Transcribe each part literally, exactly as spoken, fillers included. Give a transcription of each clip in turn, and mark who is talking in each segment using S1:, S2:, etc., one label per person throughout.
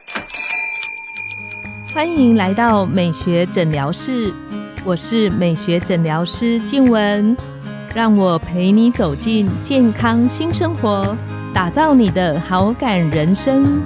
S1: 欢迎来到美学诊疗室，我是美学诊疗师静雯，让我陪你走进健康新生活，打造你的好感人生。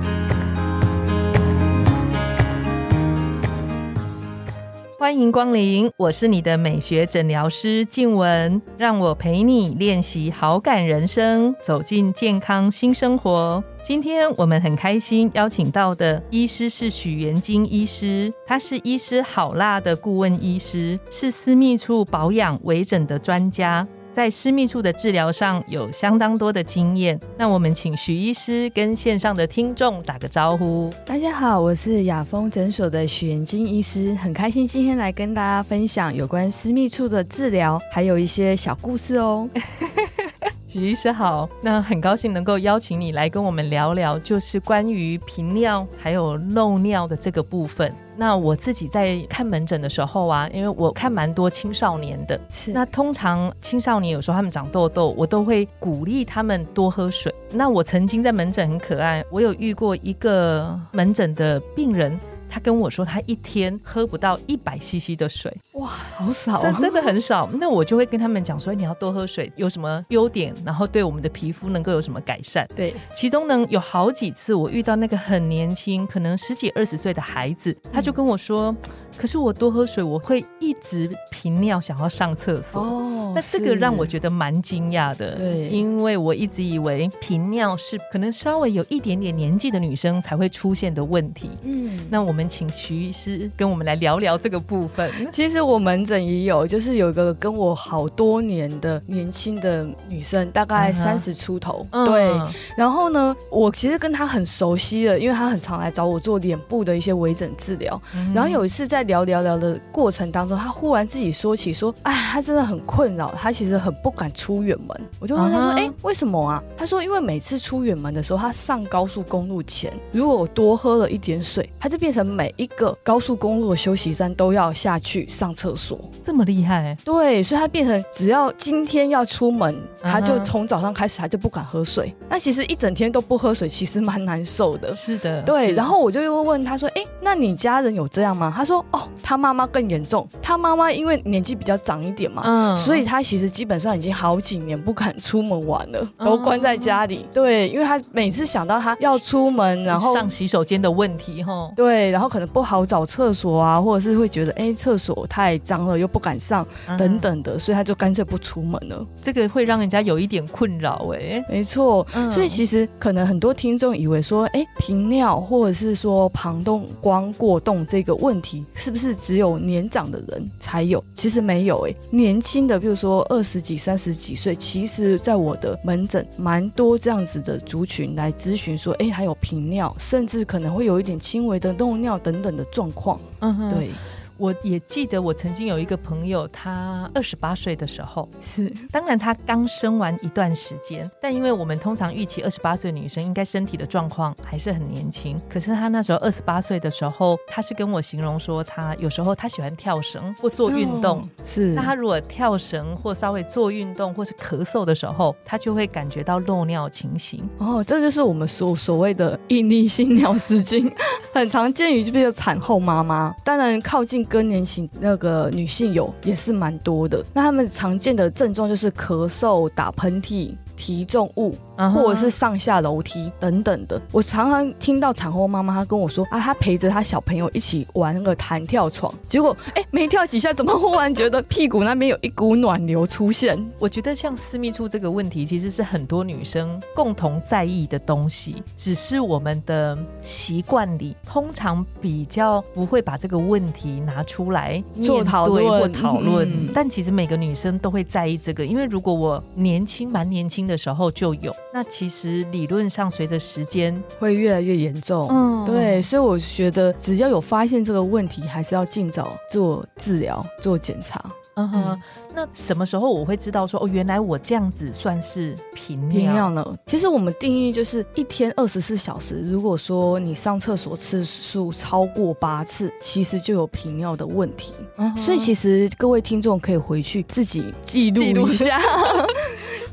S1: 欢迎光临，我是你的美学诊疗师静雯，让我陪你练习好感人生，走进健康新生活。今天我们很开心邀请到的医师是许元金医师，他是医师好辣的顾问医师，是私密处保养微整的专家，在私密处的治疗上有相当多的经验。那我们请许医师跟线上的听众打个招呼。
S2: 大家好，我是雅风诊所的许元金医师，很开心今天来跟大家分享有关私密处的治疗，还有一些小故事哦。
S1: 许医师好，那很高兴能够邀请你来跟我们聊聊，就是关于频尿还有漏尿的这个部分。那我自己在看门诊的时候啊，因为我看蛮多青少年的，是那通常青少年有时候他们长痘痘，我都会鼓励他们多喝水。那我曾经在门诊很可爱，我有遇过一个门诊的病人，他跟我说他一天喝不到一百 C C 的水。
S2: 哇，好少、
S1: 真真的很少。那我就会跟他们讲说，你要多喝水有什么优点，然后对我们的皮肤能够有什么改善。
S2: 对，
S1: 其中呢有好几次我遇到那个很年轻可能十几二十岁的孩子，他就跟我说、嗯、可是我多喝水我会一直频尿想要上厕所、哦、那这个让我觉得蛮惊讶的。对，因为我一直以为频尿是可能稍微有一点点年纪的女生才会出现的问题。嗯，那我们请徐医师跟我们来聊聊这个部分。
S2: 其实我门诊也有，就是有一个跟我好多年的年轻的女生，大概三十出头、嗯、对、嗯、然后呢我其实跟她很熟悉了，因为她很常来找我做脸部的一些微整治疗、嗯、然后有一次在聊聊聊的过程当中，她忽然自己说起说，哎，她真的很困扰，她其实很不敢出远门。我就问她说，哎、嗯，为什么啊？她说因为每次出远门的时候，她上高速公路前如果我多喝了一点水，她就变成每一个高速公路的休息站都要下去上厕所。
S1: 这么厉害？
S2: 对，所以他变成只要今天要出门，他就从早上开始他就不敢喝水、uh-huh. 那其实一整天都不喝水其实蛮难受的。
S1: 是的，
S2: 对。然后我就又问他说，哎，那你家人有这样吗？他说，哦，他妈妈更严重，他妈妈因为年纪比较长一点嘛、uh-huh. 所以他其实基本上已经好几年不敢出门玩了，都关在家里、uh-huh. 对，因为他每次想到他要出门，然后
S1: 上洗手间的问题齁，
S2: 对，然后可能不好找厕所啊，或者是会觉得哎，厕所太脏了又不敢上等等的，所以他就干脆不出门了。
S1: 这个会让人家有一点困扰哎。
S2: 没错、嗯、所以其实可能很多听众以为说，哎，频尿或者是说膀胱光过动这个问题是不是只有年长的人才有？其实没有哎，年轻的比如说二十几三十几岁，其实在我的门诊蛮多这样子的族群来咨询说，哎，还有频尿，甚至可能会有一点轻微的漏尿等等的状况。嗯哼，对。
S1: 我也记得我曾经有一个朋友，他二十八岁的时候，
S2: 是
S1: 当然他刚生完一段时间，但因为我们通常预期二十八岁女生应该身体的状况还是很年轻，可是他那时候二十八岁的时候，他是跟我形容说，他有时候他喜欢跳绳或做运动、哦、是那他如果跳绳或稍微做运动或是咳嗽的时候，他就会感觉到漏尿情形。
S2: 哦，这就是我们所所谓的应力性尿失禁很常见于就比如产后妈妈，当然靠近更年期那个女性有也是蛮多的。那他们常见的症状就是咳嗽、打喷嚏、提重物、uh-huh. 或者是上下楼梯等等的。我常常听到产后妈妈她跟我说啊，她陪着她小朋友一起玩那个弹跳床，结果哎没跳几下，怎么忽然觉得屁股那边有一股暖流出现。
S1: 我觉得像私密处这个问题其实是很多女生共同在意的东西，只是我们的习惯里通常比较不会把这个问题拿出来做讨论或讨论、嗯、但其实每个女生都会在意这个，因为如果我年轻蛮年轻的时候就有，那其实理论上随着时间
S2: 会越来越严重。嗯，对，所以我觉得只要有发现这个问题，还是要尽早做治疗做检查。
S1: 嗯哼、嗯，那什么时候我会知道说哦，原来我这样子算是频尿？
S2: 频尿呢？其实我们定义就是一天二十四小时，如果说你上厕所次数超过八次，其实就有频尿的问题。嗯、所以其实各位听众可以回去自己记录一下。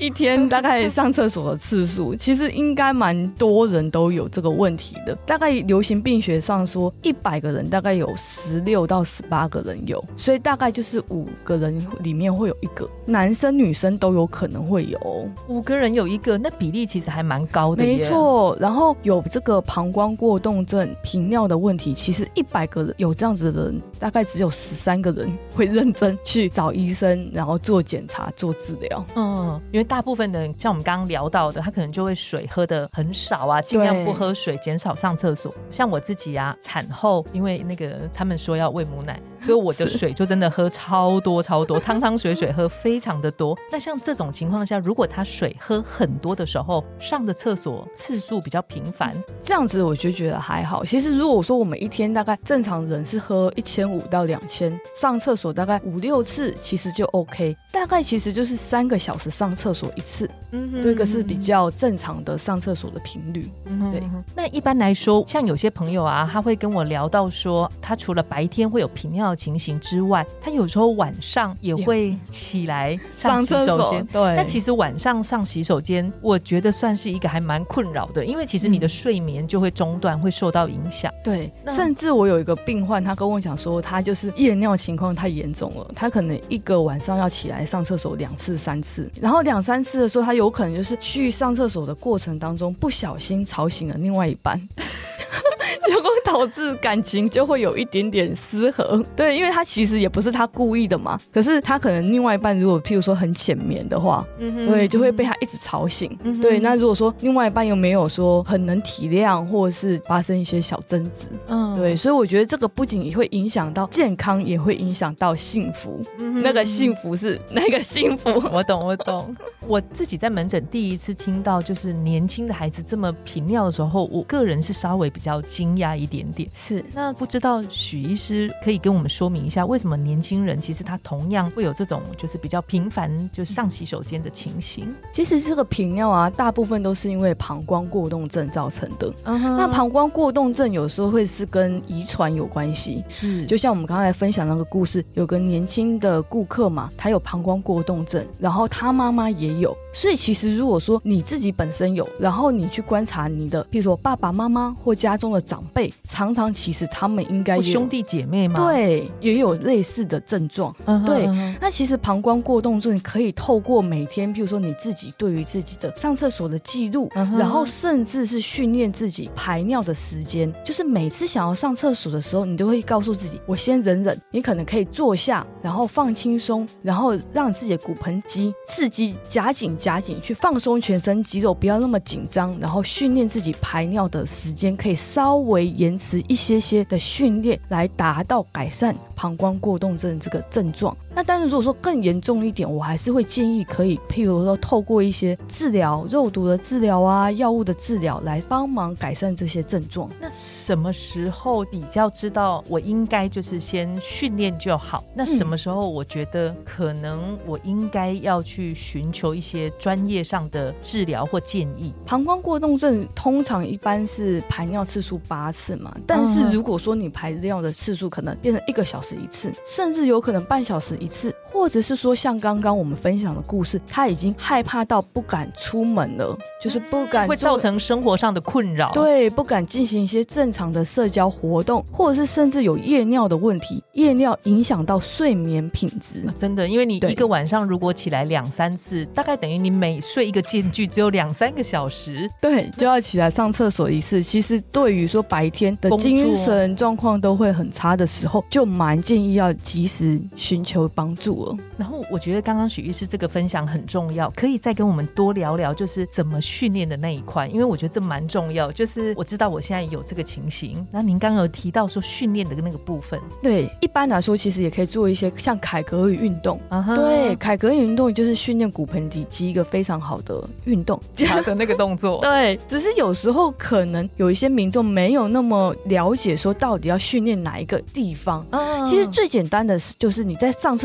S2: 一天大概上厕所的次数，其实应该蛮多人都有这个问题的。大概流行病学上说，一百个人大概有十六到十八个人有，所以大概就是五个人里面会有一个，男生女生都有可能会有。
S1: 五个人有一个，那比例其实还蛮高的耶。
S2: 没错，然后有这个膀胱过动症、频尿的问题，其实一百个人有这样子的人，大概只有十三个人会认真去找医生，然后做检查、做治疗。
S1: 嗯，因为大部分的人像我们刚刚聊到的，他可能就会水喝的很少啊，尽量不喝水，减少上厕所。像我自己啊，产后因为那个他们说要喂母奶，所以我的水就真的喝超多超多，汤汤水水喝非常的多。那像这种情况下，如果他水喝很多的时候，上的厕所次数比较频繁，
S2: 这样子我就觉得还好。其实如果说我们一天大概正常人是喝一千五到两千，上厕所大概五六次，其实就 OK。大概其实就是三个小时上厕所一次，嗯，这个是比较正常的上厕所的频率。嗯，对。
S1: 那一般来说，像有些朋友啊，他会跟我聊到说，他除了白天会有频尿的情形之外，他有时候晚上也会起来上洗手间。对。那其实晚上上洗手间，我觉得算是一个还蛮困扰的，因为其实你的睡眠就会中断，会受到影响。
S2: 对。甚至我有一个病患，他跟我讲说，他就是夜尿情况太严重了，他可能一个晚上要起来上厕所两次三次，然后两三次的时候，他有可能就是去上厕所的过程当中不小心吵醒了另外一半结果导致感情就会有一点点失和。对，因为他其实也不是他故意的嘛，可是他可能另外一半如果譬如说很浅眠的话，嗯、对，就会被他一直吵醒、嗯、对，那如果说另外一半又没有说很能体谅，或者是发生一些小争执，嗯，对，所以我觉得这个不仅也会影响到健康，也会影响到幸福、嗯、那个幸福是那个幸福。
S1: 我懂我懂我自己在门诊第一次听到就是年轻的孩子这么频尿的时候，我个人是稍微比较惊讶一点点。
S2: 是，
S1: 那不知道许医师可以跟我们说明一下，为什么年轻人其实他同样会有这种就是比较频繁就上洗手间的情形？
S2: 其实这个频尿啊，大部分都是因为膀胱过动症造成的、uh-huh. 那膀胱过动症有时候会是跟遗传有关系，是，就像我们刚才分享那个故事，有个年轻的顾客嘛，他有膀胱过动症，然后他妈妈也有，所以其实如果说你自己本身有，然后你去观察你的譬如说爸爸妈妈或家中的长辈，常常其实他们应该有
S1: 兄弟姐妹吗？
S2: 对，也有类似的症状、uh-huh, 对、uh-huh. 那其实膀胱过动症可以透过每天譬如说你自己对于自己的上厕所的记录、uh-huh. 然后甚至是训练自己排尿的时间，就是每次想要上厕所的时候，你都会告诉自己我先忍忍，你可能可以坐下，然后放轻松，然后让自己的骨盆肌刺激夹紧夹紧，去放松全身肌肉，不要那么紧张，然后训练自己排尿的时间可以稍微延迟一些些的训练，来达到改善膀胱过动症这个症状。那但是如果说更严重一点，我还是会建议可以譬如说透过一些治疗，肉毒的治疗啊，药物的治疗来帮忙改善这些症状。
S1: 那什么时候比较知道我应该就是先训练就好，那什么时候我觉得可能我应该要去寻求一些专业上的治疗或建议？
S2: 膀胱过动症通常一般是排尿次数八次嘛，但是如果说你排尿的次数可能变成一个小时一次，甚至有可能半小时一次，或者是说像刚刚我们分享的故事，他已经害怕到不敢出门了，就是不敢、嗯、
S1: 会造成生活上的困扰，
S2: 对，不敢进行一些正常的社交活动，或者是甚至有夜尿的问题，夜尿影响到睡眠品质、
S1: 啊、真的，因为你一个晚上如果起来两三次，大概等于你每睡一个间距只有两三个小时，
S2: 对，就要起来上厕所一次。其实对于说白天的精神状况都会很差的时候，就蛮建议要及时寻求帮助了。
S1: 然后我觉得刚刚许医师这个分享很重要，可以再跟我们多聊聊就是怎么训练的那一块，因为我觉得这蛮重要，就是我知道我现在有这个情形，那您刚刚有提到说训练的那个部分，
S2: 对，一般来说其实也可以做一些像凯格尔运动、uh-huh. 对，凯格尔运动就是训练骨盆底肌一个非常好的运动，
S1: 假的那个动作
S2: 对，只是有时候可能有一些民众没有那么了解说到底要训练哪一个地方、uh-huh. 其实最简单的就是你在上厕所的时候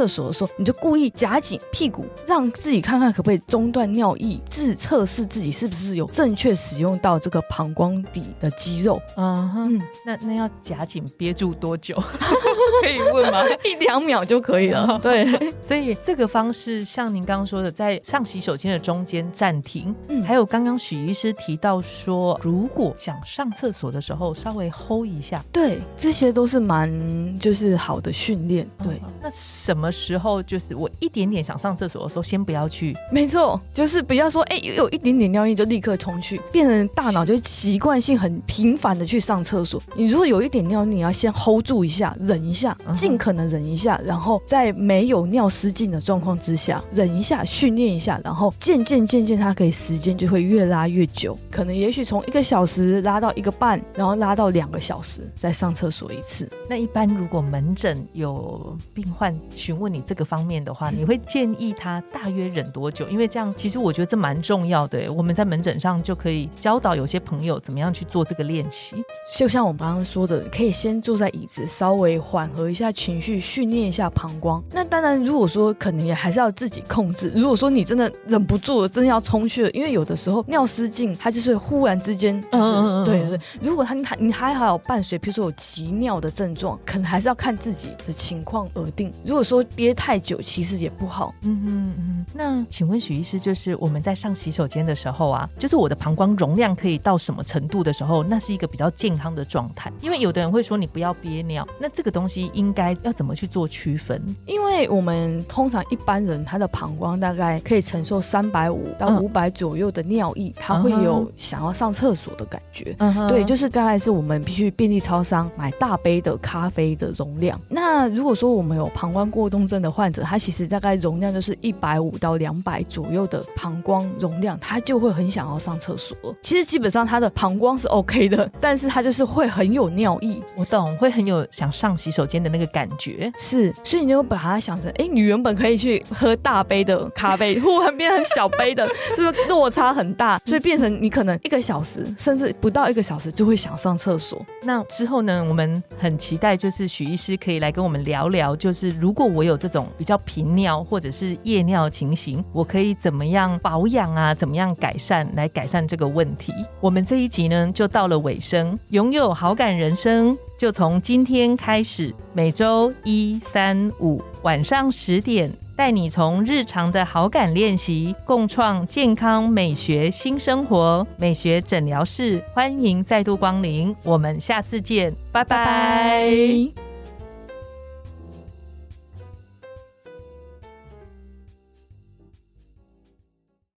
S2: 所，你就故意夹紧屁股，让自己看看可不可以中断尿液，自测试自己是不是有正确使用到这个膀胱底的肌肉。
S1: 嗯哼，那那要夹紧憋住多久？可以问吗？
S2: 一两秒就可以了。对，
S1: 所以这个方式像您刚刚说的，在上洗手间的中间暂停，嗯，还有刚刚许医师提到说，如果想上厕所的时候稍微 hold 一下，
S2: 对，这些都是蛮就是好的训练。对、
S1: 嗯，那什么时候就是我一点点想上厕所的时候，先不要去？
S2: 没错，就是不要说哎、欸、有一点点尿液就立刻冲去，变成大脑就习惯性很频繁的去上厕所。你如果有一点尿，你要先 hold 住一下，忍一下，尽可能忍一下，然后在没有尿失禁的状况之下忍一下，训练一下，然后渐渐渐渐它可以时间就会越拉越久，可能也许从一个小时拉到一个半，然后拉到两个小时再上厕所一次。
S1: 那一般如果门诊有病患询问你这个方面的话，你会建议他大约忍多久？因为这样其实我觉得这蛮重要的，我们在门诊上就可以教导有些朋友怎么样去做这个练习。
S2: 就像我们刚刚说的，可以先坐在椅子稍微缓和一下情绪，训练一下膀胱。那当然如果说可能也还是要自己控制，如果说你真的忍不住了，真的要冲去了，因为有的时候尿失禁它就是会忽然之间就是、嗯、对对，如果它你还还有伴随比如说有急尿的症状，可能还是要看自己的情况而定。如果说憋太久其实也不好。
S1: 嗯嗯嗯。那请问许医师，就是我们在上洗手间的时候啊，就是我的膀胱容量可以到什么程度的时候，那是一个比较健康的状态？因为有的人会说你不要憋尿，那这个东西应该要怎么去做区分？
S2: 因为我们通常一般人他的膀胱大概可以承受三百五到五百左右的尿液、嗯、他会有想要上厕所的感觉、嗯、对，就是大概是我们必须便利超商买大杯的咖啡的容量。那如果说我们有膀胱过动症的患者，他其实大概容量就是一百五到两百左右的膀胱容量，他就会很想要上厕所。其实基本上他的膀胱是 OK 的，但是他就是会很有尿意。
S1: 我懂，会很有想上洗手间的那个感觉。
S2: 是，所以你就把它想成，哎，你原本可以去喝大杯的咖啡，忽然变成小杯的，就是落差很大，所以变成你可能一个小时甚至不到一个小时就会想上厕所。
S1: 那之后呢，我们很期待就是许医师可以来跟我们聊聊，就是如果我有这种比较频尿或者是夜尿的情形，我可以怎么样保养啊，怎么样改善来改善这个问题。我们这一集呢就到了尾声，拥有好感人生就从今天开始，每周一、三、五晚上十点，带你从日常的好感练习，共创健康美学新生活。美学诊疗室，欢迎再度光临，我们下次见，拜拜。
S2: 拜拜。